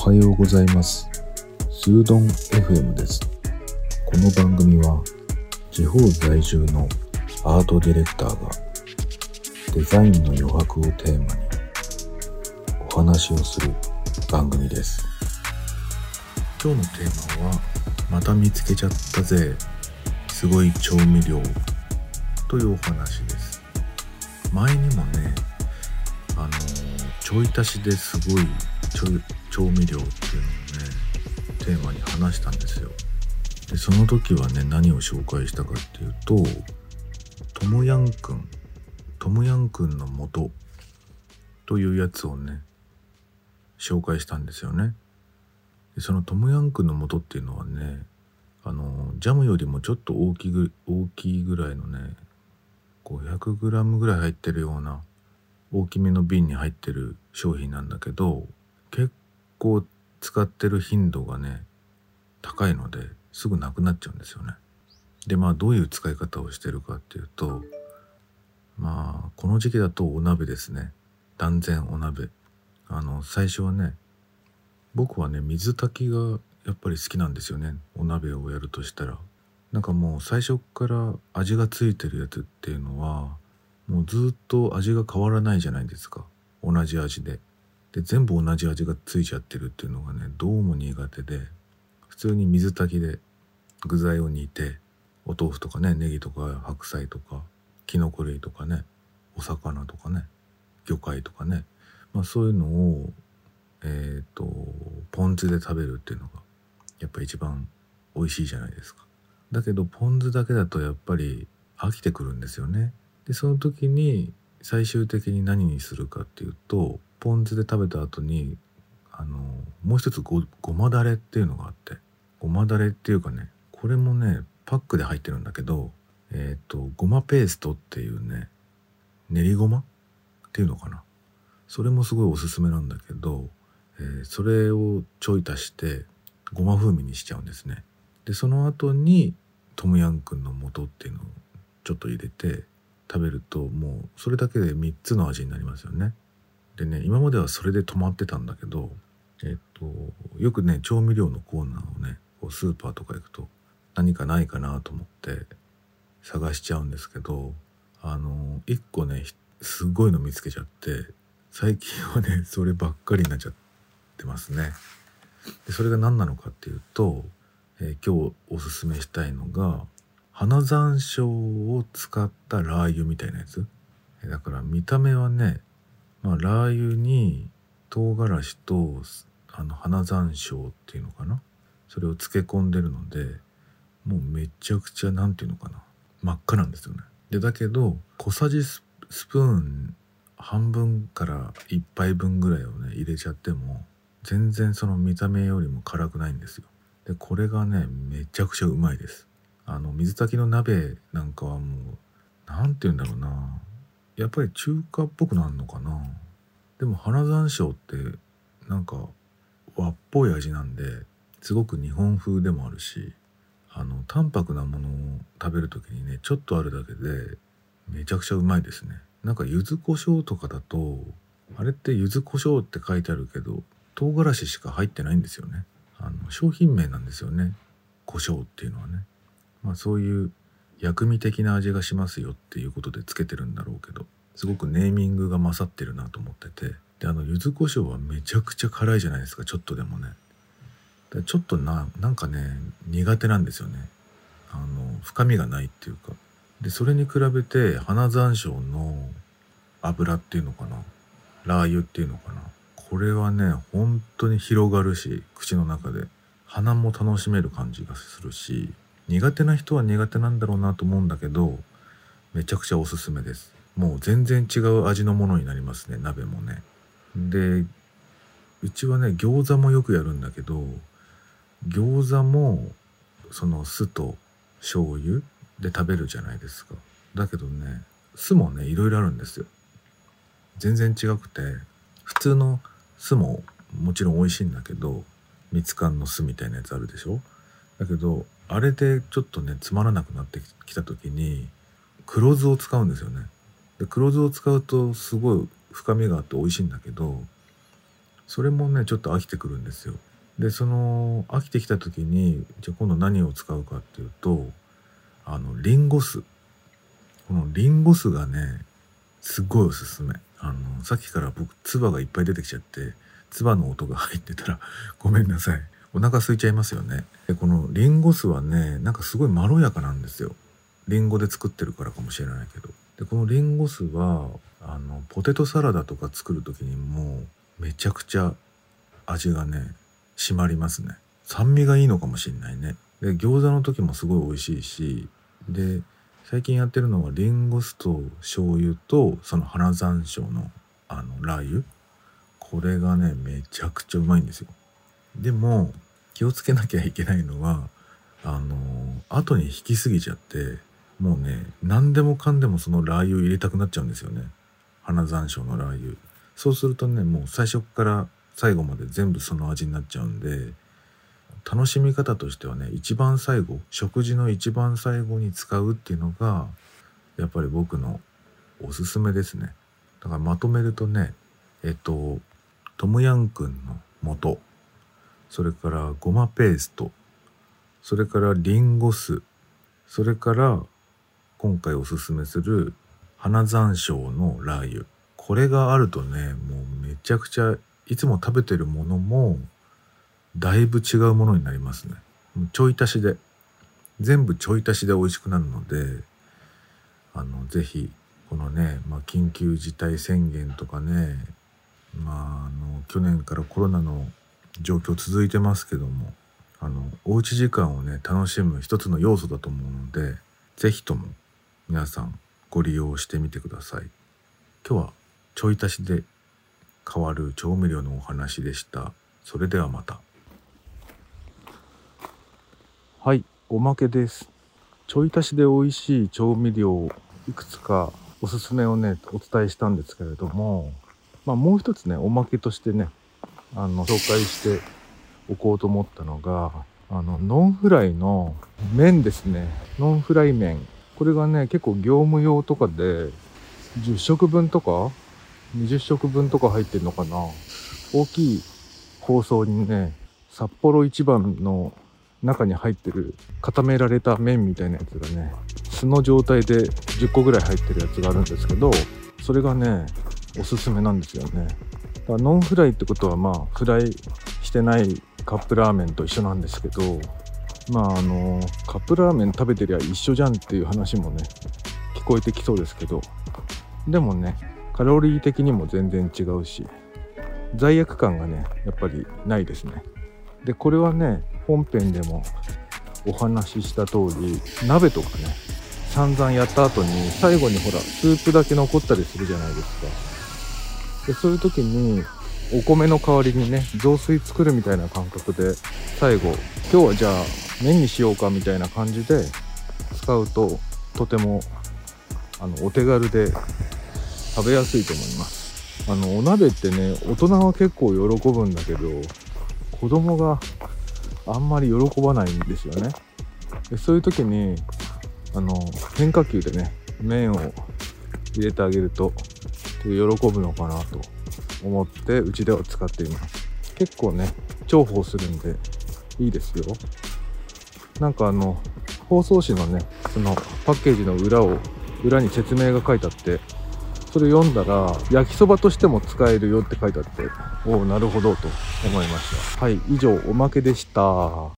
はようございます。スードン FM です。この番組は地方在住のアートディレクターがデザインの余白をテーマにお話をする番組です。今日のテーマはまた見つけちゃったぜ、すごい調味料というお話です。前にもねちょい足しですごい調味料っていうのをねテーマに話したんですよ。でその時はね何を紹介したかっていうとトムヤンクンの素というやつをね紹介したんですよね。でそのトムヤンクンの素っていうのはねジャムよりもちょっと大きいぐらいのね 500g ぐらい入ってるような大きめの瓶に入ってる商品なんだけど、結構使ってる頻度がね高いのですぐなくなっちゃうんですよね。でどういう使い方をしてるかっていうとこの時期だとお鍋ですね。断然お鍋。最初はね僕はね水炊きがやっぱり好きなんですよね。お鍋をやるとしたらもう最初から味がついてるやつっていうのはもうずっと味が変わらないじゃないですか。同じ味で全部同じ味がついちゃってるっていうのがねどうも苦手で、普通に水炊きで具材を煮てお豆腐とかねネギとか白菜とかキノコ類とかねお魚とかね魚介とかねそういうのをポン酢で食べるっていうのがやっぱ一番美味しいじゃないですか。だけどポン酢だけだとやっぱり飽きてくるんですよね。でその時に最終的に何にするかっていうとポン酢で食べた後にもう一つごまだれっていうのがあって、ごまだれっていうかねこれもねパックで入ってるんだけどごまペーストっていうね練りごまっていうのかな、それもすごいおすすめなんだけど、それをちょい足してごま風味にしちゃうんですね。でその後にトムヤンクンの素っていうのをちょっと入れて食べるともうそれだけで3つの味になりますよね。でね今まではそれで止まってたんだけどよくね調味料のコーナーをねスーパーとか行くと何かないかなと思って探しちゃうんですけど1個ねすごいの見つけちゃって最近はねそればっかりになっちゃってますね。でそれが何なのかっていうと、今日おすすめしたいのが花山椒を使ったラー油みたいなやつ。だから見た目はねラー油に唐辛子と花山椒っていうのかな、それを漬け込んでるのでもうめちゃくちゃなんていうのかな真っ赤なんですよね。でだけど小さじスプーン半分から1杯分ぐらいをね入れちゃっても全然その見た目よりも辛くないんですよ。でこれがねめちゃくちゃうまいです。水炊きの鍋なんかはもうなんて言うんだろうな、やっぱり中華っぽくなるのかな。でも花山椒って和っぽい味なんですごく日本風でもあるし淡白なものを食べる時にねちょっとあるだけでめちゃくちゃうまいですね。柚子胡椒とかだとあれって柚子胡椒って書いてあるけど唐辛子しか入ってないんですよね。商品名なんですよね、胡椒っていうのはね。そういう薬味的な味がしますよっていうことでつけてるんだろうけど、すごくネーミングが勝ってるなと思ってて、で柚子胡椒はめちゃくちゃ辛いじゃないですか、ちょっとでもね。ちょっとなんかね苦手なんですよね。深みがないっていうか。でそれに比べて花山椒の油っていうのかな、ラー油っていうのかな、これはね本当に広がるし口の中で鼻も楽しめる感じがするし、苦手な人は苦手なんだろうなと思うんだけどめちゃくちゃおすすめです。もう全然違う味のものになりますね、鍋もね。でうちはね餃子もよくやるんだけど、餃子もその酢と醤油で食べるじゃないですか。だけどね酢もねいろいろあるんですよ。全然違くて普通の酢ももちろん美味しいんだけど蜜柑の酢みたいなやつあるでしょ。だけどあれでちょっとねつまらなくなってきた時に黒酢を使うんですよね。で黒酢を使うとすごい深みがあって美味しいんだけど、 それもねちょっと飽きてくるんですよ。でその飽きてきた時にじゃあ今度何を使うかっていうとリンゴ酢。このリンゴ酢がねすっごいおすすめ。さっきから僕唾がいっぱい出てきちゃって唾の音が入ってたらごめんなさい。お腹空いちゃいますよね。でこのリンゴ酢はねなんかすごいまろやかなんですよ。リンゴで作ってるからかもしれないけど。でこのリンゴ酢はポテトサラダとか作る時にもめちゃくちゃ味がね締まりますね。酸味がいいのかもしれないね。で餃子の時もすごい美味しいし、で最近やってるのはリンゴ酢と醤油とその花山椒のラー油、これがねめちゃくちゃうまいんですよ。でも気をつけなきゃいけないのは後に引きすぎちゃってもうね何でもかんでもそのラー油入れたくなっちゃうんですよね。花山椒のラー油。そうするとねもう最初から最後まで全部その味になっちゃうんで、楽しみ方としてはね一番最後、食事の一番最後に使うっていうのがやっぱり僕のおすすめですね。だからまとめるとねトムヤンクンの素、それからごまペースト、それからリンゴ酢、それから今回おすすめする花山椒のラー油、これがあるとねもうめちゃくちゃいつも食べてるものもだいぶ違うものになりますね。ちょい足しで全部ちょい足しで美味しくなるのでぜひこのね、緊急事態宣言とかね、去年からコロナの状況続いてますけどもおうち時間をね楽しむ一つの要素だと思うので、ぜひとも皆さんご利用してみてください。今日はちょい足しで変わる調味料のお話でした。それではまた。はい、おまけです。ちょい足しで美味しい調味料いくつかおすすめをねお伝えしたんですけれども、もう一つねおまけとしてね紹介しておこうと思ったのがノンフライの麺ですね。ノンフライ麺、これがね結構業務用とかで10食分とか20食分とか入ってるのかな。大きい包装にね札幌一番の中に入ってる固められた麺みたいなやつがね素の状態で10個ぐらい入ってるやつがあるんですけど、それがねおすすめなんですよね。だからノンフライってことはフライしてないカップラーメンと一緒なんですけど、カップラーメン食べてりゃ一緒じゃんっていう話もね聞こえてきそうですけど、でもねカロリー的にも全然違うし罪悪感がねやっぱりないですね。でこれはね本編でもお話しした通り、鍋とかね散々やった後に最後にほらスープだけ残ったりするじゃないですか。でそういう時にお米の代わりにね雑炊作るみたいな感覚で最後今日はじゃあ麺にしようかみたいな感じで使うととてもお手軽で食べやすいと思います。お鍋ってね大人は結構喜ぶんだけど子供があんまり喜ばないんですよね。でそういう時に変化球でね麺を入れてあげると喜ぶのかなと思ってうちでは使っています。結構ね重宝するんでいいですよ。なんか包装紙のねそのパッケージの裏に説明が書いてあって、それ読んだら焼きそばとしても使えるよって書いてあって、おおなるほどと思いました。はい、以上おまけでした。